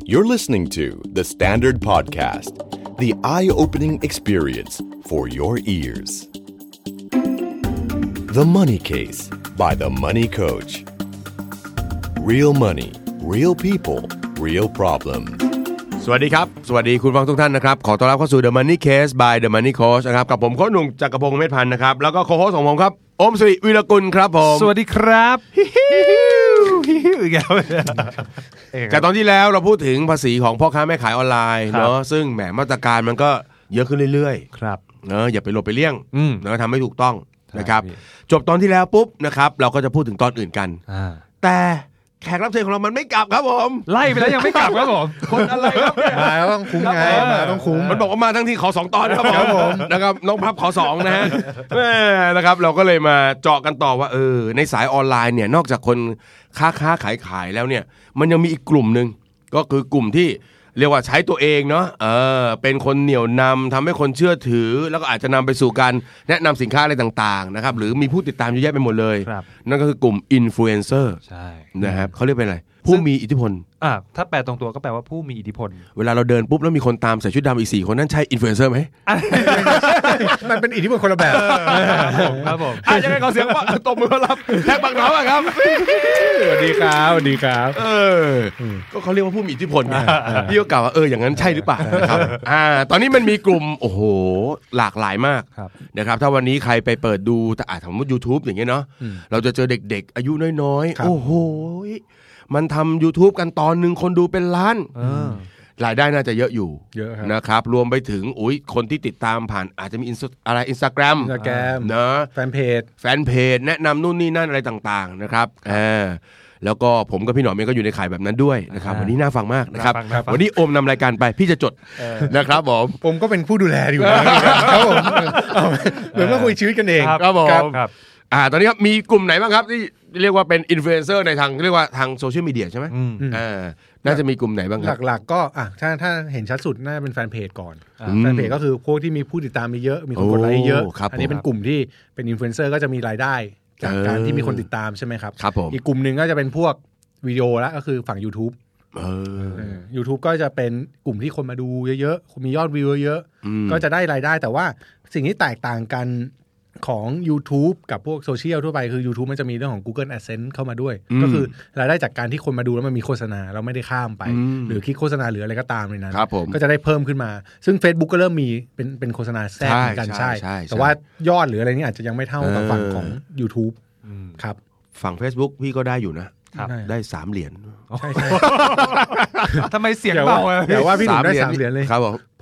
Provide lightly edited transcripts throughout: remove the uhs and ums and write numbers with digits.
You're listening to The Standard Podcast, the eye-opening experience for your ears. The Money Case by The Money Coach. Real money, real people, real problems. สวัสดีครับสวัสดีคุณฟังทุกท่านนะครับขอต้อนรับเข้าสู่ The Money Case by The Money Coach นะครับกับผมโค้ชหนุ่มจักรพงศ์เมธพันธ์นะครับแล้วก็โค้ชของผมครับโอมสิริวีรกุลครับผมสวัสดีครับอีกแล้วจากตอนที่แล้วเราพูดถึงภาษีของพ่อค้าแม่ขายออนไลน์เนาะซึ่งแหมมาตรการมันก็เยอะขึ้นเรื่อยๆครับเนาะอย่าไปหลบไปเลี่ยงเนาะทำให้ถูกต้องนะครับจบตอนที่แล้วปุ๊บนะครับเราก็จะพูดถึงตอนอื่นกันแต่แขกรับเชิญของเรามันไม่กลับครับผมไล่ไปแล้วยังไม่กลับครับผมคนอะไรครับมาต้องคุ้มไงมาต้องคุ้มมันบอกว่ามาทั้งที่ขอ2ตอนครับผมนะครับน้องพับขอ2นะฮะนะครับเราก็เลยมาเจาะกันต่อว่าในสายออนไลน์เนี่ยนอกจากคนค้าขายแล้วเนี่ยมันยังมีอีกกลุ่มนึงก็คือกลุ่มที่เรียกว่าใช้ตัวเองเนาะเป็นคนเหนี่ยวนำทำให้คนเชื่อถือแล้วก็อาจจะนำไปสู่การแนะนำสินค้าอะไรต่างๆนะครับหรือมีผู้ติดตามเยอะแยะไปหมดเลยนั่นก็คือกลุ่มอินฟลูเอนเซอร์ใช่นะครับเขาเรียกเป็นอะไรผู้มีอิทธิพลถ้าแปลตรงตัวก็แปลว่าผู้มีอิทธิพลเวลาเราเดินปุ๊บแล้วมีคนตามใส่ชุดดำอีก4คนนั่นใช่อินฟลูเอนเซอร์ไหมมันเป็นอิทธิพลคนละแบบครับผมยังไงขอเสียงว่าตบมือรับแท็กบังน้องครับสวัสดีครับสวัสดีครับก็เขาเรียกว่าผู้มีอิทธิพลพี่ก็กล่าวว่าอย่างนั้นใช่หรือเปล่าครับตอนนี้มันมีกลุ่มโอ้โหหลากหลายมากนะครับถ้าวันนี้ใครไปเปิดดูแต่สมมติ YouTube อย่างเงี้ยเนาะเราจะเจอเด็กๆอายุน้อยๆโอ้โหมันทำ YouTube กันตอนนึงคนดูเป็นล้านรายได้น่าจะเยอะอยู่นะครับรวมไปถึงคนที่ติดตามผ่านอาจจะมีInstagram นะแฟนเพจแนะนำนู่นนี่นั่นอะไรต่างๆนะครับแล้วก็ผมกับพี่หนอมเองก็อยู่ในข่ายแบบนั้นด้วยนะครับวันนี้น่าฟังมากนะครับวันนี้โอมนำรายการไปพี่จะจดนะครับผมก็เป็นผู้ดูแลอยู่นะครับผมเหมือนว่าคุยชีวิตกันเองครับผมตอนนี้ครับมีกลุ่มไหนบ้างครับที่เรียกว่าเป็นอินฟลูเอนเซอร์ในทางเรียกว่าทางโซเชียลมีเดียใช่ไหมน่าจะมีกลุ่มไหนบ้างครับหลักๆก็ถ้าเห็นชัดสุดน่าจะเป็นแฟนเพจก่อนแฟนเพจก็คือพวกที่มีผู้ติดตามมีเยอะมีคนกดไลค์เยอะอันนี้เป็นกลุ่มที่เป็นอินฟลูเอนเซอร์ก็จะมีรายได้จากการที่มีคนติดตามใช่ไหมครับอีกกลุ่มนึงก็จะเป็นพวกวิดีโอแล้วก็คือฝั่ง YouTube YouTube ก็จะเป็นกลุ่มที่คนมาดูเยอะๆมียอดวิวเยอะๆก็จะได้รายได้แต่ว่าสิ่งที่แตกต่างกันของ YouTube กับพวกโซเชียลทั่วไปคือ YouTube มันจะมีเรื่องของ Google AdSense เข้ามาด้วยก็คือรายได้จากการที่คนมาดูแล้วมันมีโฆษณาเราไม่ได้ข้ามไปหรือคลิกโฆษณาหรืออะไรก็ตามในนั้นก็จะได้เพิ่มขึ้นมาซึ่ง Facebook ก็เริ่มมีเป็นโฆษณาแทรกเหมือนกันใช่แต่ว่ายอดหรืออะไรนี่อาจจะยังไม่เท่ากับฝั่งของ YouTube ครับฝั่ง Facebook พี่ก็ได้อยู่นะได้3เหรียญใช่ทำไมเสียงเบาแต่ว่าพี่หนุ่มได้3เหรียญเลยครับผม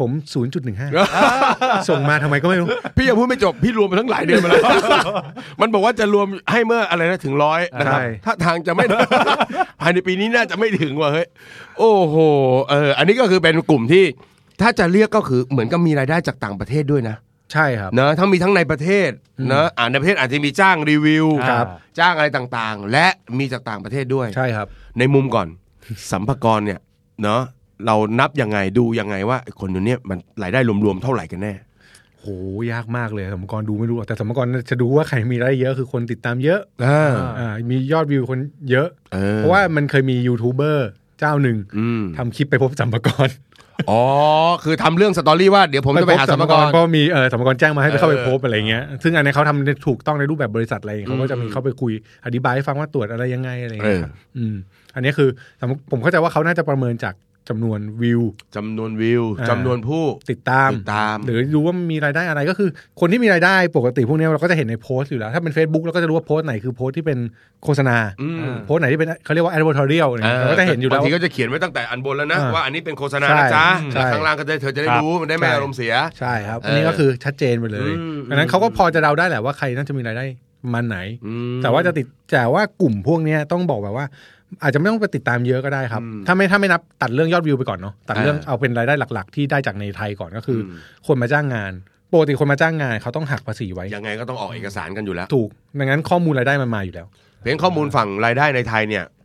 0.15 ส่งมาทำไมก็ไม่รู้พี่ยังพูดไม่จบพี่รวมมาทั้งหลายเดือนมาแล้วมันบอกว่าจะรวมให้เมื่ออะไรนะถึง100นะครับถ้าทางจะไม่ภายในปีนี้น่าจะไม่ถึงว่ะเฮ้ยโอ้โหอันนี้ก็คือเป็นกลุ่มที่ถ้าจะเรียกก็คือเหมือนกับมีรายได้จากต่างประเทศด้วยนะใช่ครับเนอะทั้งมีทั้งในประเทศเนอะในประเทศอาจจะมีจ้างรีวิวจ้างอะไรต่างๆและมีจากต่างประเทศด้วยใช่ครับในมุมก่อนสัมภากรเนี่ยเนอะเรานับยังไงดูยังไงว่าคนคนนี้มันรายได้รวมๆเท่าไหร่กันแน่โหยากมากเลยสัมภากรดูไม่รู้แต่สัมภากรจะดูว่าใครมีรายได้เยอะคือคนติดตามเยอะมียอดวิวคนเยอะเพราะว่ามันเคยมียูทูบเบอร์เจ้าหนึ่งทำคลิปไปพบสัมภากรคือทำเรื่องสตอรี่ว่าเดี๋ยวผมจะไปหาสัมภากรเพราะมีสัมภากรแจ้งมาให้เข้าไปพบอะไรเงี้ยซึ่งอันนี้เขาทำถูกต้องในรูปแบบบริษัทอะไรเขาก็จะมีเข้าไปคุยอธิบายให้ฟังว่าตรวจอะไรยังไงอะไรเงี้ยอันนี้คือผมเข้าใจว่าเขาน่าจะประเมินจากจำนวนวิวจำนวนผู้ติดตามหรือรู้ว่ามีรายได้อะไรก็คือคนที่มีรายได้ปกติพวกนี้เราก็จะเห็นในโพสต์อยู่แล้วถ้าเป็น Facebook เราก็จะรู้ว่าโพสต์ไหนคือโพสต์ที่เป็นโฆษณาโพสต์ไหนที่เป็นเขาเรียกว่า advertorial เราก็จะเห็นอยู่แล้วบางทีก็จะเขียนไว้ตั้งแต่อันบนแล้วนะว่าอันนี้เป็นโฆษณานะจ๊ะข้างล่างก็เธอจะได้รู้มันได้ไม่อารมณ์เสียใช่ครับอันนี้ก็คือชัดเจนไปเลยดังนั้นเขาก็พอจะเดาได้แหละว่าใครน่าจะมีรายได้มันไหนแต่ว่ากลุ่มพวกนี้ต้องบอกแบบว่าอาจจะไม่ต้องไปติดตามเยอะก็ได้ครับถ้าไม่นับตัดเรื่องยอดวิวไปก่อนเนาะตัดเรื่องเอาเป็นรายได้หลักๆที่ได้จากในไทยก่อนก็คือคนมาจ้างงานปกติคนมาจ้างงานเขาต้องหักภาษีไว้ยังไงก็ต้องออกเอกสารกันอยู่แล้วถูกดังนั้นข้อมูลรายได้มันมาอยู่แล้วเพราะข้อมูลฝั่งรายได้ในไทยเนี่ย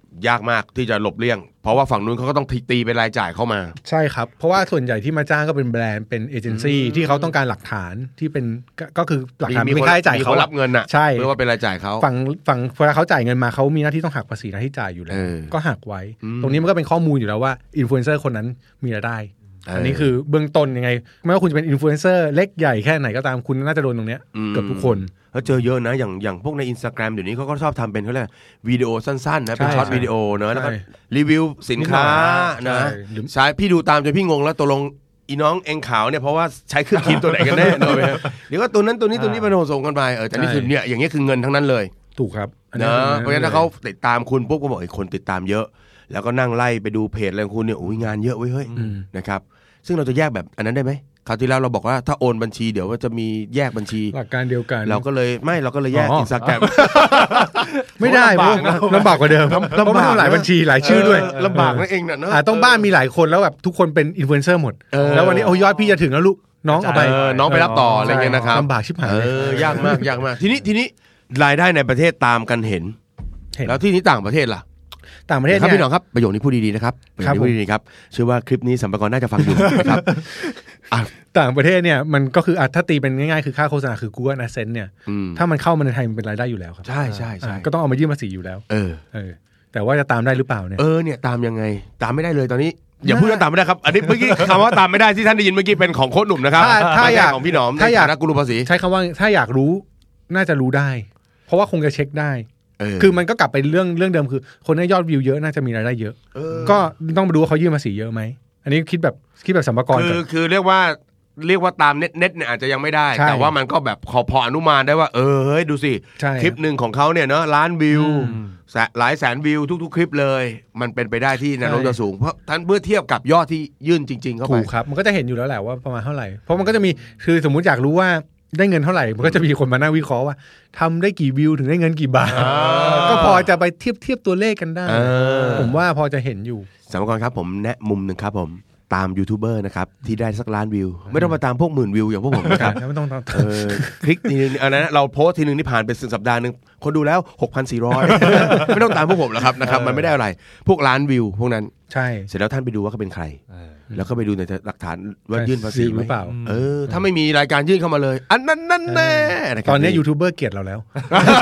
ยากมากที่จะหลบเลี่ยงเพราะว่าฝั่งนู้นเขาก็ต้องตีเป็นรายจ่ายเข้ามาใช่ครับเพราะว่าส่วนใหญ่ที่มาจ้างก็เป็นแบรนด์เป็นเอเจนซี่ที่เขาต้องการหลักฐานที่เป็นก็คือหลักฐานมีค่าใช้จ่ายเขารับเงินอ่ะใช่เพื่อว่าเป็นรายจ่ายเขาฝั่งเวลาเขาจ่ายเงินมาเขามีหน้าที่ต้องหักภาษีหน้าที่จ่ายอยู่แล้วก็หักไว้ตรงนี้มันก็เป็นข้อมูลอยู่แล้วว่าอินฟลูเอนเซอร์คนนั้นมีรายได้อันนี้คือเบื้องต้นยังไงไม่ว่าคุณจะเป็นอินฟลูเอนเซอร์เล็กใหญ่แค่ไหนก็ตามคุณน่าจะโดนตรงเนี้ยเกือบทุกคนเขาเจอเยอะนะอย่างพวกใน Instagram เดี๋ยวนี้เขาก็ชอบทำเป็นเขาเรียกวิดีโอสั้นๆนะเป็นช็อตวิดีโอเนอะแล้วก็รีวิวสินค้านะใช่พี่ดูตามจนพี่งงแล้วตกลงอีน้องเองขาวเนี่ยเพราะว่าใช้เครื่องคิดตัวไหนกันแน่เนอะเดี๋ยวก็ตัวนั้นตัวนี้มันผสมกันไปแต่นี่คือเนี่ยอย่างเงี้ยคือเงินทั้งนั้นเลยถูกครับนะเพราะฉะนั้นถ้าเขาติดตามคุณปุ๊บก็บอกไอ้คนติดตามเยอะแล้วก็นั่งไล่ไปดูเพจอะไรของคุณเนี่ยโอ้ยงานเยอะเว้ยเฮ้ยนะครับซึ่งเราจะแยกแบบอันนั้นได้ไหมคราวที่แล้วเราบอกว่าถ้าโอนบัญชีเดี๋ยวว่าจะมีแยกบัญชีหลักการเดียวกันเราก็เลยแยก Instagram ไม่ได้เพราะลำบากกว่าเดิมเพราะมันหลายบัญชีหลายชื่อด้วยลำบากนั่นเองนะต้องบ้านมีหลายคนแล้วแบบทุกคนเป็นอินฟลูเอนเซอร์หมดแล้ววันนี้ยอดพี่จะถึงแล้วลูกน้องเอาไปน้องไปรับต่ออะไรเงี้ยนะครับลำบากชิบหายยากมากทีนี้รายได้ในประเทศตามกันเห็นแล้วที่นี้ต่างประเทศล่ะต่างประเทศครับพี่น้องครับประโยคนี้พูดดีๆนะครับประโยคนี้พูดดีๆครับเชื่อว่าคลิปนี้สัมภากรน่าจะฟังอยู่นะครับต่างประเทศเนี่ยมันก็คือถ้าตีเป็นง่ายๆคือค่าโฆษณาคือ Google AdSense เนี่ยถ้ามันเข้ามาในไทยมันเป็นรายได้อยู่แล้วครับใช่ก็ต้องเอามายื่นภาษีอยู่แล้วแต่ว่าจะตามได้หรือเปล่าเนี่ยเนี่ยตามยังไงตามไม่ได้เลยตอนนี้อย่าพูดว่าตามไม่ได้ครับอันนี้เมื่อกี้คำว่าตามไม่ได้ที่ท่านได้ยินเมื่อกี้เป็นของโค้ชหนุ่มนะครับถ้าอยากของพี่หนอมถ้าอยากนักกุลภาษีใช้คำว่าถ้าอยากรู้น่าจะรู้ได้เพราะว่าคงจะเช็คได้คือมันก็กลับไปเรื่องเดิมคือคนได้ยอดวิวเยอะน่าจะมีรายได้เยอะก็ต้องมาดูว่าเขายื่นภาษีเยอะไหมอันนี้คิดแบบสัมภากรคือเรียกว่าตามเน็ตเนี่ยอาจจะยังไม่ได้แต่ว่ามันก็แบบพออนุมานได้ว่าเฮ้ยดูสิคลิปหนึ่งของเขาเนี่ยเนาะล้านวิวหลายแสนวิวทุกๆคลิปเลยมันเป็นไปได้ที่แนวโน้มจะสูงเพราะท่านเมื่อเทียบกับยอดที่ยื่นจริงๆเข้าไปถูกครับมันก็จะเห็นอยู่แล้วแหละว่าประมาณเท่าไหร่เพราะมันก็จะมีคือสมมุติอยากรู้ว่าได้เงินเท่าไหร่มันก็จะมีคนมานั่งวิเคราะห์ว่าทำได้กี่วิวถึงได้เงินกี่บาทก็พอจะไปเทียบตัวเลขกันได้ผมว่าพอจะเห็นอยู่สมกรครับผมแนะมุมหนึ่งครับผมตามยูทูบเบอร์นะครับที่ได้สักล้านวิวไม่ต้องมาตามพวกหมื่นวิวอย่างพวกผมนะครับไม่ต้องคลิกทีนึงอันนั้นเราโพสทีนึงที่ผ่านไปสัปดาห์นึงคนดูแล้ว 6,400 ไม่ต้องตามพวกผมหรอกครับนะครับมันไม่ได้อะไรพวกล้านวิวพวกนั้นใช่เสร็จแล้วท่านไปดูว่าเขาเป็นใครแล้วก็ไปดูในหลักฐานว่ายื่นภาษีหรือเปล่าถ้าไม่มีรายการยื่นเข้ามาเลยอันนั้นนั่นแน่ตอนนี้ยูทูบเบอร์เกลียดเราแล้ว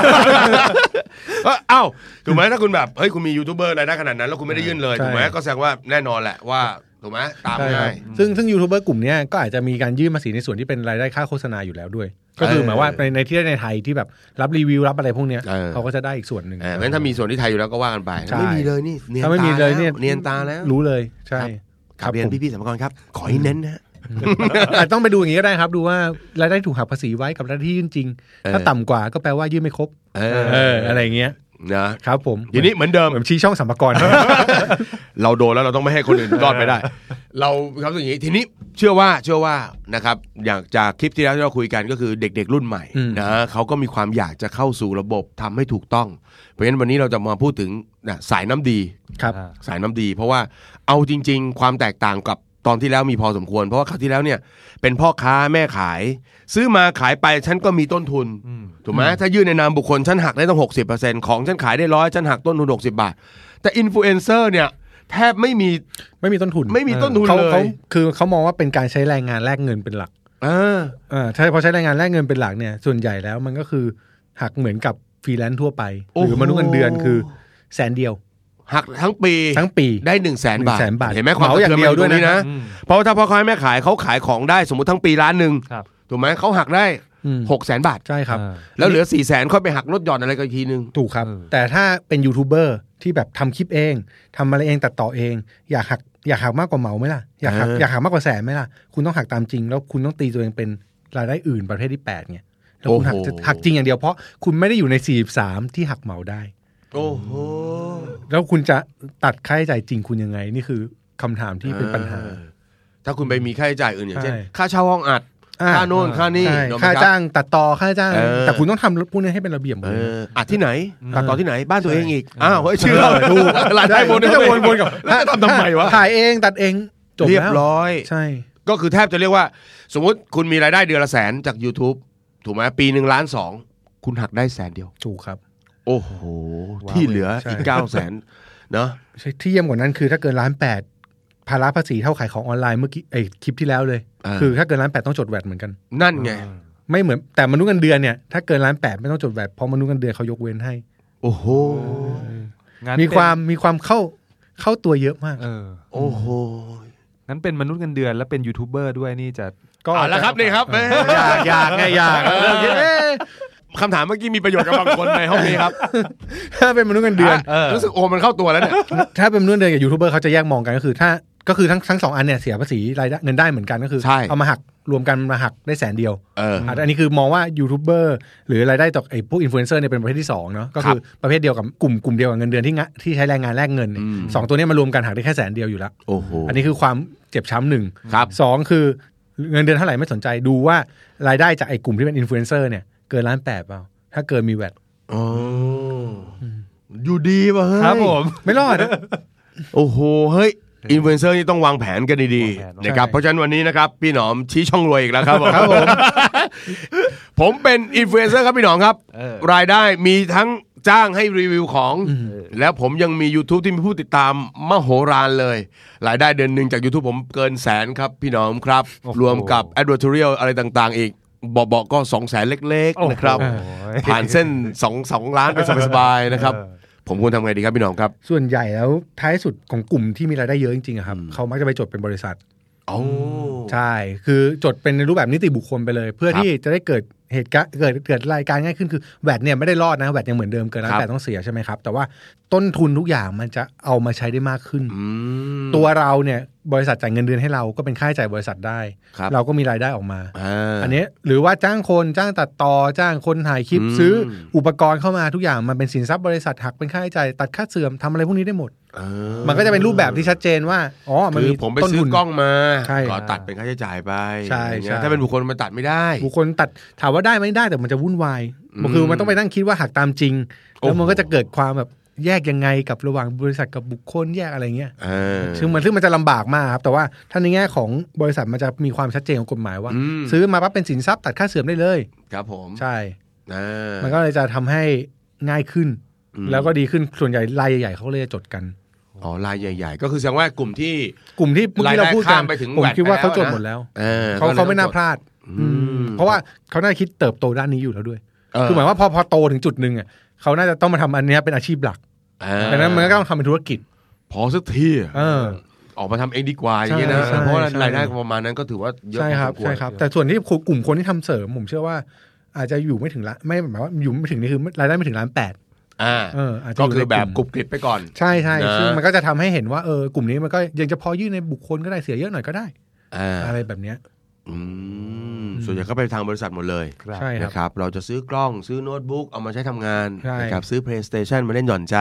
เอ้าถูกไหมถ้าคุณแบบเฮ้ยคุณมียูทูบเบอร์รายได้ขนาดนั้นแล้วคุณไม่ได้ยื่นเลยถูกไหมก็แสดงว่าแน่นอนแหละว่าถูกไหมตามง่ายซึ่งยูทูบเบอร์กลุ่มนี้ก็อาจจะมีการยื่นภาษีในส่วนที่เป็นรายได้ค่าโฆษณาอยู่แล้วด้วยก็คือหมายว่าในที่ในไทยที่แบบรับรีวิวรับอะไรพวกนี้เขาก็จะได้อีกส่วนหนึ่งงั้นถ้ามีส่วนที่ไทยอยู่แล้วก็ว่ากันไปไม่มีเลยนี่ถ้าไม่มีเลยเนี่ยเนียนตาแล้วรู้เลยใช่ครับเรียนพี่ๆสมกรครับขอให้เน้นนะแต่ต้องไปดูอย่างนี้ก็ได้ครับดูว่ารายได้ถูกหักภาษีไว้กับรายได้ที่ยื่นจริงถ้าต่ำกว่าก็แปลว่ายื่นไม่ครบอะไรเงี้ยนะครับผมทีนี้เหมือนเดิมชี้ช่องสัมภากรเราโดนแล้วเราต้องไม่ให้คนอื่นรอดไปได้เราครับอย่างนี้ทีนี้เชื่อว่านะครับอย่างจากคลิปที่แล้วที่เราคุยกันก็คือเด็กๆรุ่นใหม่นะเขาก็มีความอยากจะเข้าสู่ระบบทำให้ถูกต้องเพราะฉะนั้นวันนี้เราจะมาพูดถึงสายน้ำดีครับสายน้ำดีเพราะว่าเอาจริงๆความแตกต่างกับตอนที่แล้วมีพอสมควรเพราะว่าคราวที่แล้วเนี่ยเป็นพ่อค้าแม่ขายซื้อมาขายไปฉันก็มีต้นทุนถูกไหมถ้ายื่นในนามบุคคลฉันหักได้ต้อง 60% ของฉันขายได้100ฉันหักต้นทุน60 บาทแต่อินฟลูเอนเซอร์เนี่ยแทบไม่มีต้นทุนเลยคือเขามองว่าเป็นการใช้แรงงานแลกเงินเป็นหลักใช่พอใช้แรงงานแลกเงินเป็นหลักเนี่ยส่วนใหญ่แล้วมันก็คือหักเหมือนกับฟรีแลนซ์ทั่วไปหรือมนุษย์เงินเดือนคือ100,000 หักทั้งปีได้ 100,000 บาทเห็นไหมความอย่างเดียวด้วยนะเพราะถ้าพ่อค้าแม่ขายเขาขายของได้สมมติทั้งปี1,000,000ถูกไหมเขาหักได้ 600,000 บาทใช่ครับแล้วเหลือ 400,000ค่อยไปหักลดหย่อนอะไรกันอีกทีนึงถูกครับแต่ถ้าเป็นยูทูบเบอร์ที่แบบทำคลิปเองทำอะไรเองตัดต่อเองอยากหักมากกว่าเหมาไหมล่ะอยากหักมากกว่า100,000ไหมล่ะคุณต้องหักตามจริงแล้วคุณต้องตีตัวเองเป็นรายได้อื่นประเภทที่8ไงแล้วคุณหักจริงอย่างเดียวเพราะคุณไม่ได้อยู่ใน43ที่หักเหมาได้โอ้โหแล้วคุณจะตัดค่าใช้จ่ายจริงคุณยังไงนี่คือคำถามที่เป็นปัญหาถ้าคุณไปมีค่าใช้จ่ายอื่นอย่างเช่นค่าเช่าห้องอัดค่าโน่นค่านี่ค่าจ้างตัดต่อค่าจ้างแต่คุณต้องทำพวกนี้ให้เป็นระเบียบอัดที่ไหนตัดต่อที่ไหนบ้านตัวเองอีกอ้าวเฮ้ยชื่อเราถูกรายได้วนจะวนกับทำไมวะถ่ายเองตัดเองจบเรียบร้อยใช่ก็คือแทบจะเรียกว่าสมมติคุณมีรายได้เดือนละ100,000จาก YouTube ถูกไหมปีนึง1,200,000คุณหักได้100,000เดียวถูกครับโอ้โหที่เหลืออีก900,000 เนาะที่เยี่ยมกว่านั้นคือถ้าเกิน1,800,000ภาระภาษีเท่าขายของออนไลน์เมื่อกี้คลิปที่แล้วเลยคือถ้าเกิน1,800,000ต้องจดแวตเหมือนกันนั่นไงไม่เหมือนแต่มนุษย์เงินเดือนเนี่ยถ้าเกิน1,800,000ไม่ต้องจดแวตเพราะมนุษย์เงินเดือนเขายกเว้นให้โอ้โหมีความเข้าตัวเยอะมากโอ้โหงั้นเป็นมนุษย์เงินเดือนแล้วเป็นยูทูบเบอร์ด้วยนี่จะก็แล้วครับนี่ครับอยากคำถามเมื่อกี้มีประโยชน์กับบางคนในห้องนี้ครับถ้าเป็นมนุษย์เงินเดือนรู้สึกโอมันเข้าตัวแล้วเนี่ยถ้าเป็นมนุษย์เงินเดือนกับยูทูบเบอร์เขาจะแยกมองกันก็คือทั้ง2อันเนี่ยเสียภาษีรายได้เงินได้เหมือนกันก็คือเอามาหักรวมกันมาหักได้100,000อันนี้คือมองว่ายูทูบเบอร์หรือรายได้จากไอ้พวกอินฟลูเอนเซอร์เนี่ยเป็นประเภทที่2เนาะก็คือประเภทเดียวกับกลุ่มเดียวกับเงินเดือนที่ใช้แรงงานแลกเงิน2ตัวนี้มารวมกันหักได้แค่100,000อยู่แล้วอันนี้คือความเจ็บช้ำ1 2คือเงินเดือนเท่าไหร่ไม่สนใจดูว่ารายได้จากไอ้กลุ่มที่เป็นอินฟลูเอนเซอร์เนี่ยเกิน1,800,000เปล่าถ้าเกินมีแวตอยู่ดีป่ะเฮ้ยครับผมไม่รอดโอ้โหเฮ้ยอินฟลูเอนเซอร์นี่ต้องวางแผนกันดีๆนะครับเพราะฉะนั้นวันนี้นะครับพี่หนอมชี้ช่องรวยอีกแล้วครับผมเป็นอินฟลูเอนเซอร์ครับพี่หนอมครับรายได้มีทั้งจ้างให้รีวิวของแล้วผมยังมี YouTube ที่มีผู้ติดตามมโหฬารเลยรายได้เดือนนึงจาก YouTube ผมเกิน100,000ครับพี่หนอมครับรวมกับ advertorial อะไรต่างๆอีกบอกก็200,000เล็กๆนะครับผ่านเส้น2 ล้านไปสบายๆนะครับผมควรทำไงดีครับพี่น้องครับส่วนใหญ่แล้วท้ายสุดของกลุ่มที่มีรายได้เยอะจริงๆครับเขามักจะไปจดเป็นบริษัทใช่คือจดเป็นในรูปแบบนิติบุคคลไปเลยเพื่อที่จะได้เกิดเหตุการณ์เกิดรายการง่ายขึ้นคือแวตเนี่ยไม่ได้รอดนะแวตยังเหมือนเดิมเกิน1,800,000ต้องเสียใช่ไหมครับแต่ว่าต้นทุนทุกอย่างมันจะเอามาใช้ได้มากขึ้นตัวเราเนี่ยบริษัทจ่ายเงินเดือนให้เราก็เป็นค่าใช้จ่ายบริษัทได้เราก็มีรายได้ออกมาอันนี้หรือว่าจ้างคนจ้างตัดต่อจ้างคนถ่ายคลิปซื้ออุปกรณ์เข้ามาทุกอย่างมันเป็นสินทรัพย์บริษัทหักเป็นค่าใช้จ่ายตัดค่าเสื่อมทำอะไรพวกนี้ได้หมดมันก็จะเป็นรูปแบบที่ชัดเจนว่าอ๋อมันมีผมไปซื้อกล้องมาก็ตัดเป็นค่าใช้จ่ายไปใช่ถ้าเป็นบุคคลมันตัดไม่ได้บุคคลตัดถามว่าได้ไม่ได้แต่มันจะวุ่นวายคือมันต้องไปนั่งคิดว่าหักตามจริงแล้วมันก็จะเกิดความแบบแยกยังไงกับระหว่างบริษัทกับบุคคลแยกอะไรเงี้ยซึ่งมันจะลำบากมากครับแต่ว่าถ้าในแง่ของบริษัทมันจะมีความชัดเจนของกฎหมายว่าซื้อมาปั๊บเป็นสินทรัพย์ตัดค่าเสื่อมได้เลยครับผมใช่มันก็เลยจะทำให้ง่ายขึ้นแล้วก็ดีขึ้นส่วนใหญ่รายใหญ่ๆเขาเลยจะจดกันอ๋อรายใหญ่ๆก็คือแสดงว่ากลุ่มที่เมื่อกี้เราพูดกันผมคิดว่าเขาจดหมดแล้วเขาไม่น่าพลาดเพราะว่าเขาน่าคิดเติบโตด้านนี้อยู่แล้วด้วยคือหมายว่าพอโตถึงจุดนึงอ่ะเขาน่าจะต้องมาทำอันนี้เป็นอาชีพหลักดังนั้นมันก็ต้องทำเป็นธุรกิจพอสักทีออกมาทำเองดีกว่าอย่างนี้นะเพราะรายได้ประมาณนั้นก็ถือว่าเยอะพอสมควรใช่ครับแต่ส่วนที่กลุ่มคนที่ทำเสริมผมเชื่อว่าอาจจะอยู่ไม่ถึงละไม่หมายว่าอยู่ไม่ถึงนี่คือรายได้ไม่ถึง1,800,000ก็คือแบบกรุบกริบไปก่อนใช่ซึ่งมันก็จะทำให้เห็นว่ากลุ่มนี้มันก็ยังจะพอยื่นในบุคคลก็ได้เสียเยอะหน่อยก็ได้อะไรแบบเนี้ยส่วนใหญ่ก็ไปทางบริษัทหมดเลยนะครับเราจะซื้อกล้องซื้อโน้ตบุ๊กเอามาใช้ทำงานนะครับซื้อ PlayStation มาเล่นหย่อนใจ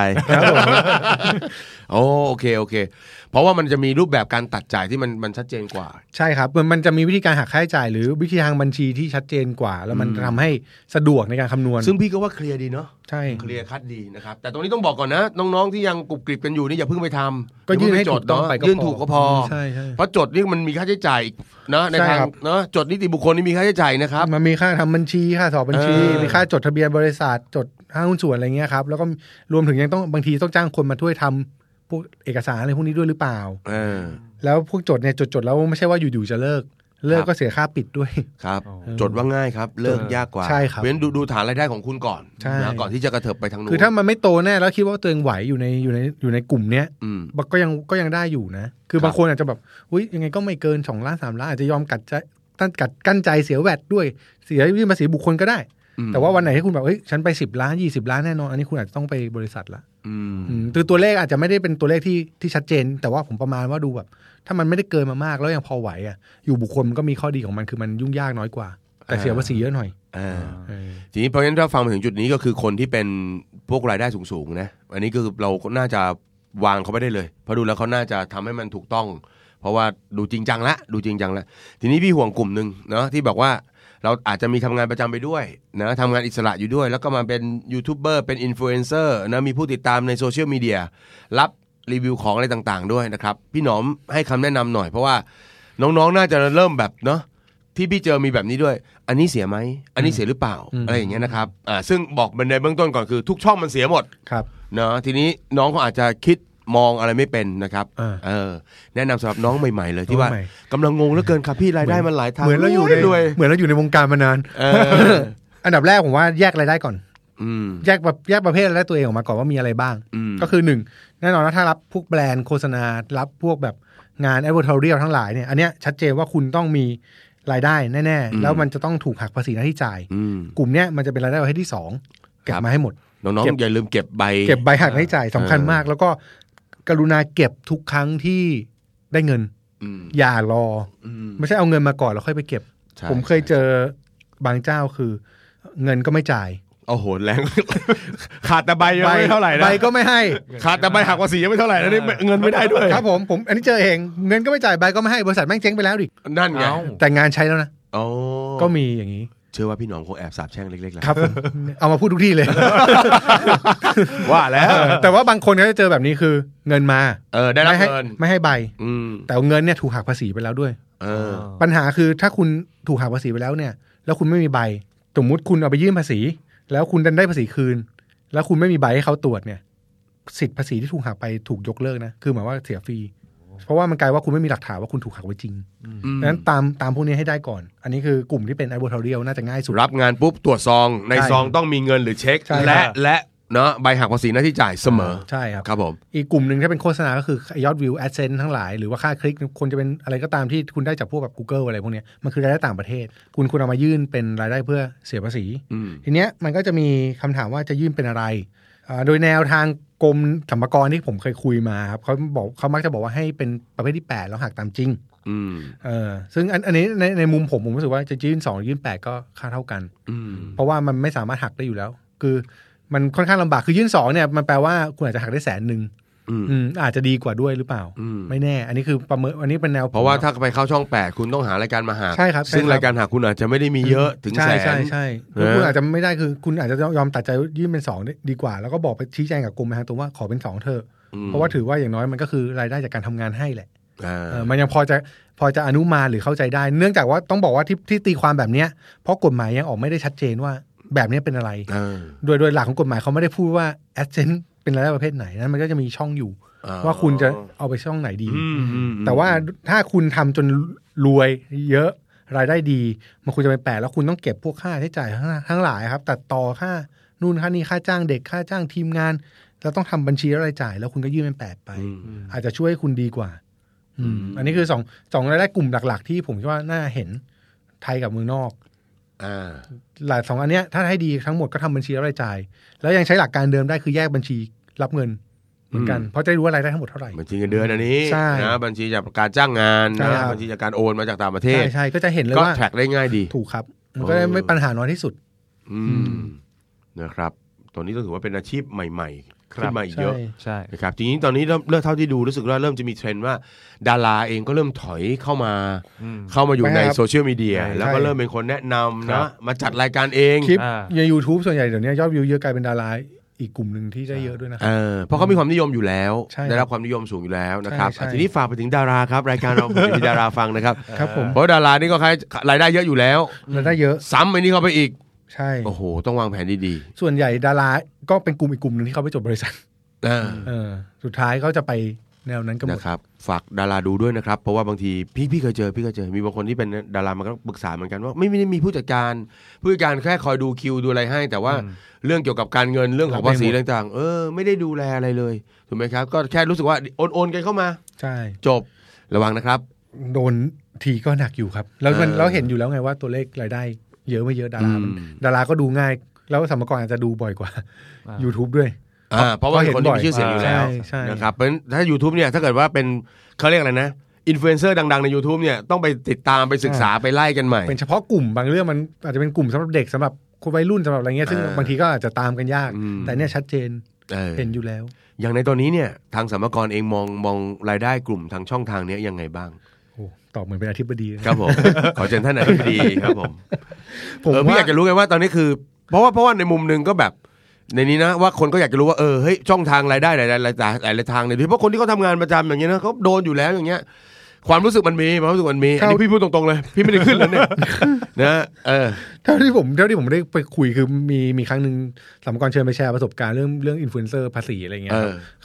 โอเคเพราะว่ามันจะมีรูปแบบการตัดจ่ายที่มันชัดเจนกว่าใช่ครับมันจะมีวิธีการหักค่าใช้จ่ายหรือวิธีทางบัญชีที่ชัดเจนกว่าแล้วมันทำให้สะดวกในการคำนวณซึ่งพี่ก็ว่าเคลียร์ดีเนาะใช่เคลียร์คัดดีนะครับแต่ตรงนี้ต้องบอกก่อนนะน้องๆที่ยังกรุบกริบกันอยู่นี่อย่าเพิ่งไปทำก็ยื่นให้ถูกต้องไปยื่นถูกก็พอเพราะจดนี่มันมีค่าใช้จ่ายนะในทางเนาะจดนิติบุคคลนี่มีค่าใช้จ่ายนะครับมันมีค่าทำบัญชีค่าสอบบัญชีมีค่าจดทะเบียนบริษัทจดห้างหุ้นส่วนอะไรเงี้ยครับแล้วก็รวมถึงยังต้องบางทีต้องจ้างคนมาช่วยทำพวกเอกสารอะไรพวกนี้ด้วยหรือเปล่าแล้วพวกจดเนี่ยจดแล้วไม่ใช่ว่าอยู่ๆจะเลิกก็เสียค่าปิดด้วยครับจดว่าง่ายครับเลิกยากกว่าใช่ครับเพราะฉะนั้นดูฐานรายได้ของคุณก่อนนะก่อนที่จะกระเถิบไปทางนู้นคือถ้ามันไม่โตแน่แล้วคิดว่าตัวเองไหวอยู่ในกลุ่มเนี้ยก็ยังได้อยู่นะคือบางคนอาจจะแบบอุ้ยยังไงก็ไม่เกิน2 ล้าน 3 ล้านอาจจะยอมกั้นใจเสียแวตด้วยเสียภาษีบุคคลก็ได้แต่ว่าวันไหนที่คุณแบบเฮ้ยฉันไป10 ล้าน20 ล้านแน่นอนอันนี้คุณอาจจะต้องไปบริษัทละคือตัวเลขอาจจะไม่ได้เป็นตัวเลขที่ชัดเจนแต่ว่าผมประมาณว่าดูแบบถ้ามันไม่ได้เกินมามากแล้วยังพอไหวอ่ะอยู่บุคคลมันก็มีข้อดีของมันคือมันยุ่งยากน้อยกว่าแต่เสียภาษีเยอะหน่อยทีนี้เพราะฉะนั้นถ้าฟังมาถึงจุดนี้ก็คือคนที่เป็นพวกรายได้สูงๆนะอันนี้คือเราน่าจะวางเขาไม่ได้เลยเพราะดูแล้วเขาน่าจะทำให้มันถูกต้องเพราะว่าดูจริงจังละทีนี้พี่ห่วงกลุ่มนึงเนาะที่บอกว่าเราอาจจะมีทำงานประจำไปด้วยนะทำงานอิสระอยู่ด้วยแล้วก็มาเป็นยูทูบเบอร์เป็นอินฟลูเอนเซอร์นะมีผู้ติดตามในโซเชียลมีเดียรับรีวิวของอะไรต่างๆด้วยนะครับพี่หนอมให้คำแนะนำหน่อยเพราะว่าน้องๆน่าจะเริ่มแบบเนาะที่พี่เจอมีแบบนี้ด้วยอันนี้เสียไหมอันนี้เสียหรือเปล่าอะไรอย่างเงี้ยนะครับซึ่งบอกในเบื้องต้นก่อนคือทุกช่องมันเสียหมดครับเนาะทีนี้น้องเขาอาจจะคิดมองอะไรไม่เป็นนะครับแนะนำสำหรับน้องใหม่ๆเลยที่ว่ากำลังงงเหลือเกินครับพี่รายได้มันหลายทางเหมือนเราอยู่ในวงการมานานอันดับแรกผมว่าแยกรายได้ก่อนแยกประเภทรายได้ตัวเองออกมาก่อนว่ามีอะไรบ้างก็คือ1แน่นอนว่าถ้ารับพวกแบรนด์โฆษณารับพวกแบบงาน advertorial ทั้งหลายเนี่ยอันเนี้ยชัดเจนว่าคุณต้องมีรายได้แน่ๆแล้วมันจะต้องถูกหักภาษีหน้าที่จ่ายกลุ่มเนี้ยมันจะเป็นรายได้ประเภทที่2เก็บมาให้หมดน้องๆอย่าลืมเก็บใบหักหน้าที่จ่ายสำคัญมากแล้วก็กรุณาเก็บทุกครั้งที่ได้เงินอย่ารอไม่ใช่เอาเงินมาก่อนแล้วค่อยไปเก็บผมเคยเจอบางเจ้าคือเงินก็ไม่จ่ายโอ้โหแรงขาดแต่ใบยังไม่เท่าไหร่นะใบก็ไม่ให้ขาดแต่ใบหักภาษียังไม่เท่าไหร่นะนี่เงินไม่ได้ด้วยครับผมอันนี้เจอเองเงินก็ไม่จ่ายใบก็ไม่ให้บริษัทแม่งเจ๊งไปแล้วดินั่นไงแต่งานใช้แล้วนะก็มีอย่างนี้เชื่อว่าพี่หนอมคงแอบสาบแช่งเล็กๆแหละครับเอามาพูดทุกที่เลยว่าแล้วแต่ว่าบางคนก็จะเจอแบบนี้คือเงินมาได้รับเงินไม่ให้ใบแต่เงินเนี่ยถูกหักภาษีไปแล้วด้วยปัญหาคือถ้าคุณถูกหักภาษีไปแล้วเนี่ยแล้วคุณไม่มีใบสมมุติคุณเอาไปยื่นภาษีแล้วคุณดันได้ภาษีคืนแล้วคุณไม่มีใบให้เขาตรวจเนี่ยสิทธิภาษีที่ถูกหักไปถูกยกเลิกนะคือหมายว่าเสียฟรีเพราะว่ามันกลายว่าคุณไม่มีหลักฐานว่าคุณถูกหักไว้จริงดังนั้นตามพวกนี้ให้ได้ก่อนอันนี้คือกลุ่มที่เป็น advertorial น่าจะง่ายสุดรับงานปุ๊บตรวจซองในซองต้องมีเงินหรือเช็คและเนาะใบหักภาษีหน้าที่จ่ายเสมอใช่ครับครับผมอีกกลุ่มนึงถ้าเป็นโฆษณาก็คือยอดวิว AdSense ทั้งหลายหรือว่าค่าคลิกคนจะเป็นอะไรก็ตามที่คุณได้จากพวกแบบ Google อะไรพวกนี้มันคือรายได้ต่างประเทศคุณเอามายื่นเป็นรายได้เพื่อเสียภาษีทีเนี้ยมันก็จะมีคำถามว่าจะยื่นเป็นอะไรโดยแนวทางกรมสรรพากรที่ผมเคยคุยมาครับเขามักจะบอกว่าให้เป็นประเภทที่8แล้วหักตามจริงซึ่งอันนี้ในมุมผมรู้สึกว่าจะยื่น2หรือยื่น8ก็ค่าเท่ากันเพราะว่ามันไม่สามารถหักได้อยู่แล้วคือมันค่อนข้างลำบากคือยื่น2เนี่ยมันแปลว่าคุณอาจจะหักได้100,000อาจจะดีกว่าด้วยหรือเปล่าไม่แน่อันนี้คือประเมินอันนี้เป็นแนวเพราะว่าถ้าไปเข้าช่อง8คุณต้องหารายการมาหักใช่ครับซึ่งรายการหักคุณอาจจะไม่ได้มีเยอะถึงแสนใช่คุณอาจจะไม่ได้คือคุณอาจจะยอมตัดใจยื่นเป็น2ดีกว่าแล้วก็บอกไปชี้แจงกับกรมทางตรงว่าขอเป็น2เถอะเพราะว่าถือว่าอย่างน้อยมันก็คือรายได้จากการทำงานให้แหละมันยังพอจะอนุมานหรือเข้าใจได้เนื่องจากว่าต้องบอกว่าที่ตีความแบบนี้เพราะกฎหมายยังออกไม่ได้ชัดเจนว่าแบบนี้เป็นอะไรโดยหลักของกฎหมายเขาไม่ได้พูดว่า AdSense เป็นรายได้ประเภทไหนนั้นมันก็จะมีช่องอยู่ว่าคุณจะเอาไปช่องไหนดีแต่ว่าถ้าคุณทำจนรวยเยอะรายได้ดีมันคุณจะไปแปะแล้วคุณต้องเก็บพวกค่าใช้จ่ายทั้งหลายครับตัดต่อค่านู่นค่านี่ค่าจ้างเด็กค่าจ้างทีมงานแล้วต้องทำบัญชีรายจ่ายแล้วคุณก็ยื่นเป็นแปะไปอาจจะช่วยให้คุณดีกว่าอันนี้คือสองรายได้กลุ่มหลักๆที่ผมคิดว่าน่าเห็นไทยกับเมืองนอกหลัก2อันเนี้ยถ้าให้ดีทั้งหมดก็ทำบัญชีรายจ่ายแล้วยังใช้หลักการเดิมได้คือแยกบัญชีรับเงินเหมือนกันเพราะจะรู้ว่ารายได้ทั้งหมดเท่าไหร่บัญชีเงินเดือนอันนี้นะบัญชีจากการจ้างงานนะบัญชีจากการโอนมาจากต่างประเทศใช่ก็จะเห็นเลยว่าก็แทร็กได้ง่ายดีถูกครับมันก็ไม่ปัญหาน้อยที่สุดนะครับตัวนี้ต้องถือว่าเป็นอาชีพใหม่ๆขึ้นมาอีกเยอะใช่นะครับทีนี้ตอนนี้เริ่มเท่าที่ดูรู้สึกว่าเริ่มจะมีเทรนด์ว่าดาราเองก็เริ่มถอยเข้ามาอยู่ในโซเชียลมีเดียแล้วก็เริ่มเป็นคนแนะนำนะมาจัดรายการเองคลิปใน YouTube ส่วนใหญ่เดี๋ยวนี้ยอดวิวเยอะกลายเป็นดาราอีกกลุ่มนึงที่ได้เยอะด้วยนะครับเพราะเขามีความนิยมอยู่แล้วได้รับความนิยมสูงอยู่แล้วนะครับทีนี้ฝากไปถึงดาราครับรายการเรามีดาราฟังนะครับเพราะดารานี่ก็รายได้เยอะอยู่แล้วรายได้เยอะซ้ำไอ้นี่เข้าไปอีกใช่โอ้โหต้องวางแผนดีๆส่วนใหญ่ดาราก็เป็นกลุ่มอีกกลุ่มนึงที่เขาไปจดบริษัทสุดท้ายเขาจะไปแนวนั้นกันหมดนะครับฝากดาราดูด้วยนะครับเพราะว่าบางทีพี่เคยเจอมีบางคนที่เป็นดารามันก็ปรึกษาเหมือนกันว่าไม่ได้มีผู้จัดการแค่คอยดูคิวดูอะไรให้แต่ว่าเรื่องเกี่ยวกับการเงินเรื่องของภาษีต่างๆไม่ได้ดูแลอะไรเลยถูกไหมครับก็แค่รู้สึกว่าโอนกันเข้ามาใช่จบระวังนะครับโดนทีก็หนักอยู่ครับแล้วเราเห็นอยู่แล้วไงว่าตัวเลขรายได้เยอะไม่เยอะดาราก็ดูง่ายแล้วสรรพากรอาจจะดูบ่อยกว่า YouTube ด้วยเพราะว่าคนที่มีชื่อเสียงอยู่แล้วนะครับเพราะถ้า YouTube เนี่ยถ้าเกิดว่าเป็นเขาเรียกอะไรนะอินฟลูเอนเซอร์ดังๆใน YouTube เนี่ยต้องไปติดตามไปศึกษาไปไล่กันใหม่เป็นเฉพาะกลุ่มบางเรื่องมันอาจจะเป็นกลุ่มสำหรับเด็กสำหรับคนวัยรุ่นสำหรับอะไรเงี้ยซึ่งบางทีก็อาจจะตามกันยากแต่เนี่ยชัดเจนเห็นอยู่แล้วอย่างในตอนนี้เนี่ยทางสรรพากรเองมองรายได้กลุ่มทางช่องทางนี้ยังไงบ้างตอบเหมือนเป็นอธิบดีครับผมขอเชิญท่านอธิบดีครับผมพี่อยากจะรู้ไงว่าตอนนี้คือเพราะว่าในมุมนึงก็แบบในนี้นะว่าคนก็อยากจะรู้ว่าเฮ้ยช่องทางรายได้หลายทางเนี่ยโดยเฉพาะคนที่เขาทำงานประจำอย่างเงี้ยนะเขาโดนอยู่แล้วอย่างเงี้ยความรู้สึกมันมีอันนี้พี่พูดตรงๆเลยพี่ไม่ได้ขึ้นแล้วเนี่ยนะเท่าที่ผมได้ไปคุยคือมีครั้งนึงสรรพากรเชิญไปแชร์ประสบการณ์เรื่องอินฟลูเอนเซอร์ภาษีอะไรเงี้ยเขา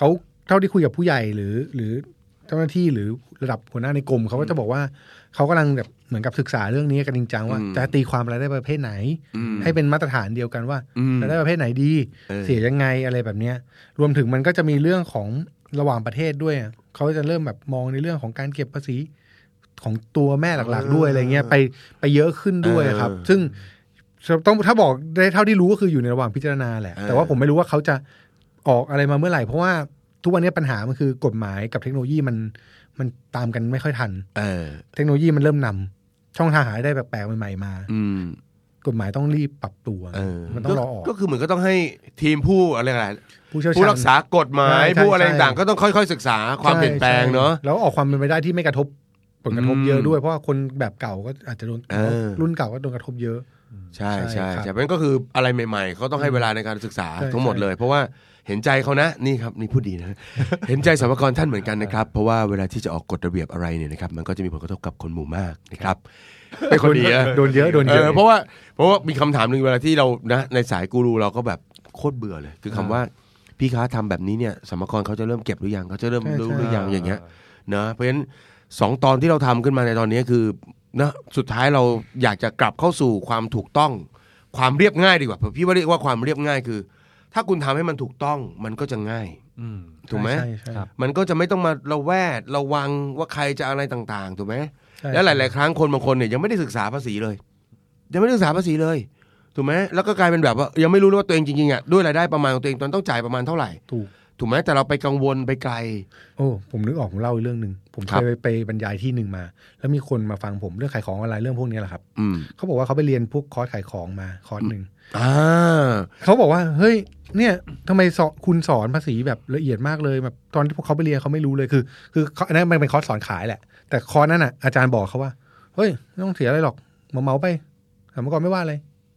เท่าที่คุยกับผู้ใหญ่หรือเจ้าหน้าที่หรือระดับหัวหน้าในกรมเขาก็จะบอกว่าเขากำลังแบบเหมือนกับศึกษาเรื่องนี้กันจริงจังว่าจะตีความรายได้ประเภทไหนให้เป็นมาตรฐานเดียวกันว่ารายได้ประเภทไหนดีเสียยังไงอะไรแบบเนี้ยรวมถึงมันก็จะมีเรื่องของระหว่างประเทศด้วยเขาจะเริ่มแบบมองในเรื่องของการเก็บภาษีของตัวแม่หลักๆด้วยอะไรเงี้ยไปเยอะขึ้นด้วยครับซึ่งต้องถ้าบอกได้เท่าที่รู้ก็คืออยู่ในระหว่างพิจารณาแหละแต่ว่าผมไม่รู้ว่าเขาจะออกอะไรมาเมื่อไหร่เพราะว่าทุกวันนี้ปัญหามันคือกฎหมายกับเทคโนโลยีมันตามกันไม่ค่อยทันเทคโนโลยีมันเริ่มนำช่องทางหาได้แปลกๆใหม่ๆมากฎหมายต้องรีบปรับตัวมันต้องรอออกก็คือเหมือนก็ต้องให้ทีมผู้อะไรผู้รักษากฎหมายผู้อะไรต่างๆก็ต้องค่อยๆศึกษาความเปลี่ยนแปลงเนาะแล้วออกความเป็นไปได้ที่ไม่กระทบผลกระทบเยอะด้วยเพราะว่าคนแบบเก่าก็อาจจะโดนรุ่นเก่าก็โดนกระทบเยอะใช่ใช่เพราะงั้นก็คืออะไรใหม่ๆเขาต้องให้เวลาในการศึกษาทั้งหมดเลยเพราะว่าเห็นใจเขานะนี่ครับนี่พูดดีนะเห็นใจสรรพากรท่านเหมือนกันนะครับเพราะว่าเวลาที่จะออกกฎระเบียบอะไรเนี่ยนะครับมันก็จะมีผลกระทบกับคนหมู่มากนะครับเป็นคนดีโดนเยอะเพราะว่ามีคำถามนึงเวลาที่เรานะในสายกูรูเราก็แบบโคตรเบื่อเลยคือคำว่าพี่ค้าทำแบบนี้เนี่ยสรรพากรเขาจะเริ่มเก็บหรือยังเขาจะเริ่มรู้หรือยังอย่างเงี้ยนะเพราะฉะนั้น2 ตอนที่เราทำขึ้นมาในตอนนี้คือนะสุดท้ายเราอยากจะกลับเข้าสู่ความถูกต้องความเรียบง่ายดีกว่าพี่ว่าเรียกว่าความเรียบง่ายคือถ้าคุณทำให้มันถูกต้องมันก็จะง่ายถูกไหมมันก็จะไม่ต้องมาระวังว่าใครจะอะไรต่างๆถูกไหมแล้วหลายๆครั้งคนบางคนเนี่ยยังไม่ได้ศึกษาภาษีเลยถูกไหมแล้วก็กลายเป็นแบบว่ายังไม่รู้ว่าตัวเองจริงๆอ่ะด้วยรายได้ประมาณของตัวเองตอนต้องจ่ายประมาณเท่าไหร่ถูกไหมแต่เราไปกังวลไปไกลผมนึกออกผมเล่าอีกเรื่องนึงผมเคยไปบรรยายที่นึงมาแล้วมีคนมาฟังผมเรื่องขายของออนไลน์เรื่องพวกนี้แหละครับเขาบอกว่าเขาไปเรียนพวกคอร์สขายของมาคอร์สนึงเขาบอกว่าเฮ้ยเนี่ยทำไมคุณสอนภาษีแบบละเอียดมากเลยแบบตอนที่พวกเขาไปเรียนเขาไม่รู้เลยคืออันนั้นมันเป็นคอร์สสอนขายแหละแต่คอร์สนั้นน่ะอาจารย์บอกเขาว่าเฮ้ยไม่ต้องเสียอะไรหรอกเมาไปสรรพากรไม่ว่าอะไร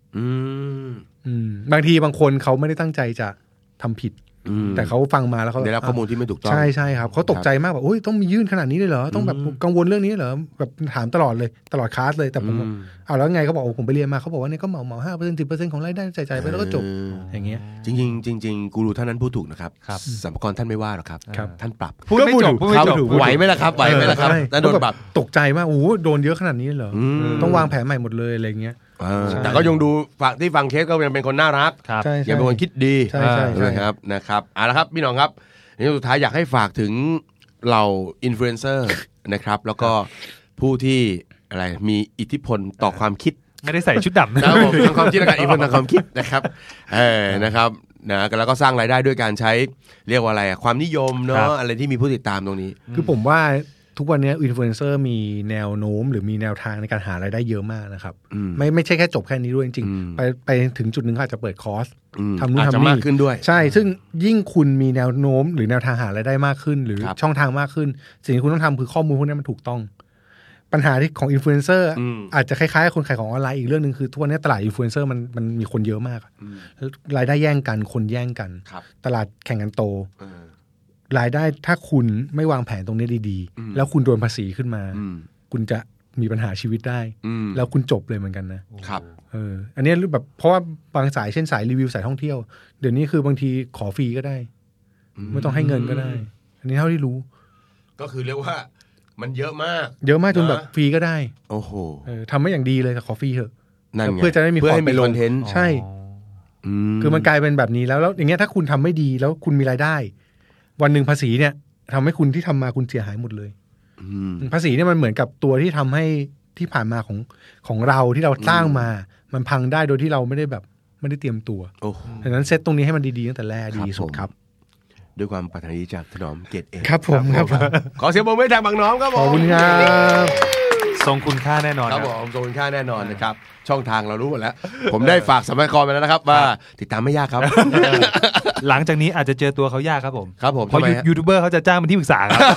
บางทีบางคนเขาไม่ได้ตั้งใจจะทำผิดแต่เขาฟังมาแล้วเขาได้รับข้อมูลที่ไม่ถูกต้องใช่ครับเขาตกใจมากแบบโอ้ยต้องมียื่นขนาดนี้เลยเหรอต้องแบบกังวลเรื่องนี้เหรอแบบถามตลอดเลยตลอดคลาสเลยแต่ผมเอาแล้วไงเขาบอกผมไปเรียนมาเขาบอกว่าเนี่ยก็เหมา 5% 10% ของรายได้จ่ายไปแล้วก็จบอย่างเงี้ยจริงกูรูท่านนั้นพูดถูกนะครับสรรพากรท่านไม่ว่าหรอกครับท่านปรับพูดไม่จบไหวไหมล่ะครับแล้วโดนปรับตกใจมากโอ้โดนเยอะขนาดนี้เหรอต้องวางแผนใหม่หมดเลยอะไรเงี้ยแต่ก็ยังดูที่ฟังเคสก็ยังเป็นคนน่ารักยังเป็นคนคิดดีนะครับนะครับเอาละครับพี่น้องครับในสุดท้ายอยากให้ฝากถึงเราอินฟลูเอนเซอร์นะครับแล้วก็ผู้ที่อะไรมีอิทธิพลต่อความคิดไม่ได้ใส่ชุดดำนะครับผมทางความคิดและการอิทธิพลทางความคิดนะครับนะครับนะแล้วก็สร้างรายได้ด้วยการใช้เรียกว่าอะไรความนิยมเนาะอะไรที่มีผู้ติดตามตรงนี้คือผมว่าทุกวันนี้อินฟลูเอนเซอร์มีแนวโน้มหรือมีแนวทางในการหารายได้เยอะมากนะครับไม่ใช่แค่จบแค่นี้ด้วยจริงๆไปถึงจุดนึงอาจจะเปิดคอร์สทำนู่นทำนี่มากขึ้นด้วยใช่ซึ่งยิ่งคุณมีแนวโน้มหรือแนวทางหารายได้มากขึ้นหรือช่องทางมากขึ้นสิ่งที่คุณต้องทำคือข้อมูลพวกนี้มันถูกต้องปัญหาที่ของอินฟลูเอนเซอร์อาจจะคล้ายๆคนขายของออนไลน์อีกเรื่องนึงคือทุกวันนี้ตลาดอินฟลูเอนเซอร์มันมีคนเยอะมากรายได้แย่งกันคนแย่งกันตลาดแข่งกันโตรายได้ถ้าคุณไม่วางแผนตรงนี้ดีๆแล้วคุณโดนภาษีขึ้นมาคุณจะมีปัญหาชีวิตได้แล้วคุณจบเลยเหมือนกันนะครับอันนี้แบบเพราะว่าบางสายเช่นสายรีวิวสายท่องเที่ยวเดี๋ยวนี้คือบางทีขอฟรีก็ได้ไม่ต้องให้เงินก็ได้อันนี้เท่าที่รู้ก็คือเรียกว่ามันเยอะมากจนแบบฟรีก็ได้โอ้โหทำไม่อย่างดีเลยขอฟรีเถอะเพื่อจะได้มีคอนเทนต์ใช่คือมันกลายเป็นแบบนี้แล้วอย่างเงี้ยถ้าคุณทำไม่ดีแล้วคุณมีรายได้วันหนึ่งภาษีเนี่ยทำให้คุณที่ทำมาคุณเสียหายหมดเลยภาษีเนี่ยมันเหมือนกับตัวที่ทำให้ที่ผ่านมาของเราที่เราสร้างมามันพังได้โดยที่เราไม่ได้เตรียมตัวดังนั้นเซตตรงนี้ให้มันดีๆตั้งแต่แรกดีสุดครับด้วยความปรารถนาดีจากถนอมเกตเองครับผมครับขอเสียงปรบมือให้ทางบางน้องครับผมขอบคุณครับทรงคุณค่าแน่นอนครับผมทรงคุณค่าแน่นอนนะครับช่องทางเรารู้หมดแล้วผมได้ฝากสรรพากรไปแล้วนะครับว่าติดตามไม่ยากครับหลังจากนี้อาจจะเจอตัวเขายากครับผมครับผมเพราะยูทูบเบอร์เขาจะจ้างเป็นที่ปรึกษาครับ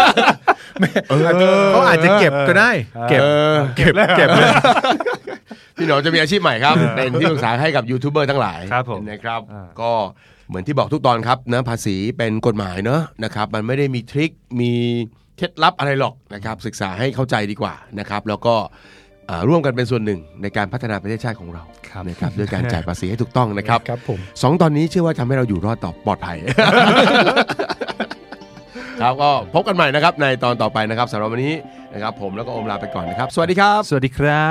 เขาอาจจะเก็บก็ได้เก็บเลยพี่หนอจะมีอาชีพใหม่ครับเป็นที่ปรึกษาให้กับยูทูบเบอร์ทั้งหลายนะครับก็เหมือนที่บอกทุกตอนครับนะภาษีเป็นกฎหมายเนอะนะครับมันไม่ได้มีทริคมีเคล็ดลับอะไรหรอกนะครับศึกษาให้เข้าใจดีกว่านะครับแล้วก็ร่วมกันเป็นส่วนหนึ่งในการพัฒนาประเทศชาติของเรานะครับด้วยการจ่ายภาษีให้ถูกต้องนะครับครับผม 2ตอนนี้เชื่อว่าทำให้เราอยู่รอดต่อปลอดภัยครับก็พบกันใหม่นะครับในตอนต่อไปนะครับสำหรับวันนี้นะครับผมแล้วก็โอมลาไปก่อนนะครับสวัสดีครับสวัสดีครับ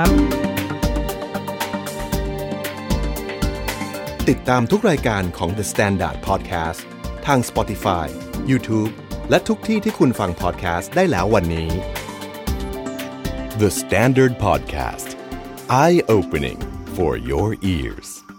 ติดตามทุกรายการของ The Standard Podcast ทาง Spotify, YouTube และทุกที่ที่คุณฟัง podcast ได้แล้ววันนี้ The Standard Podcast Eye-opening for your ears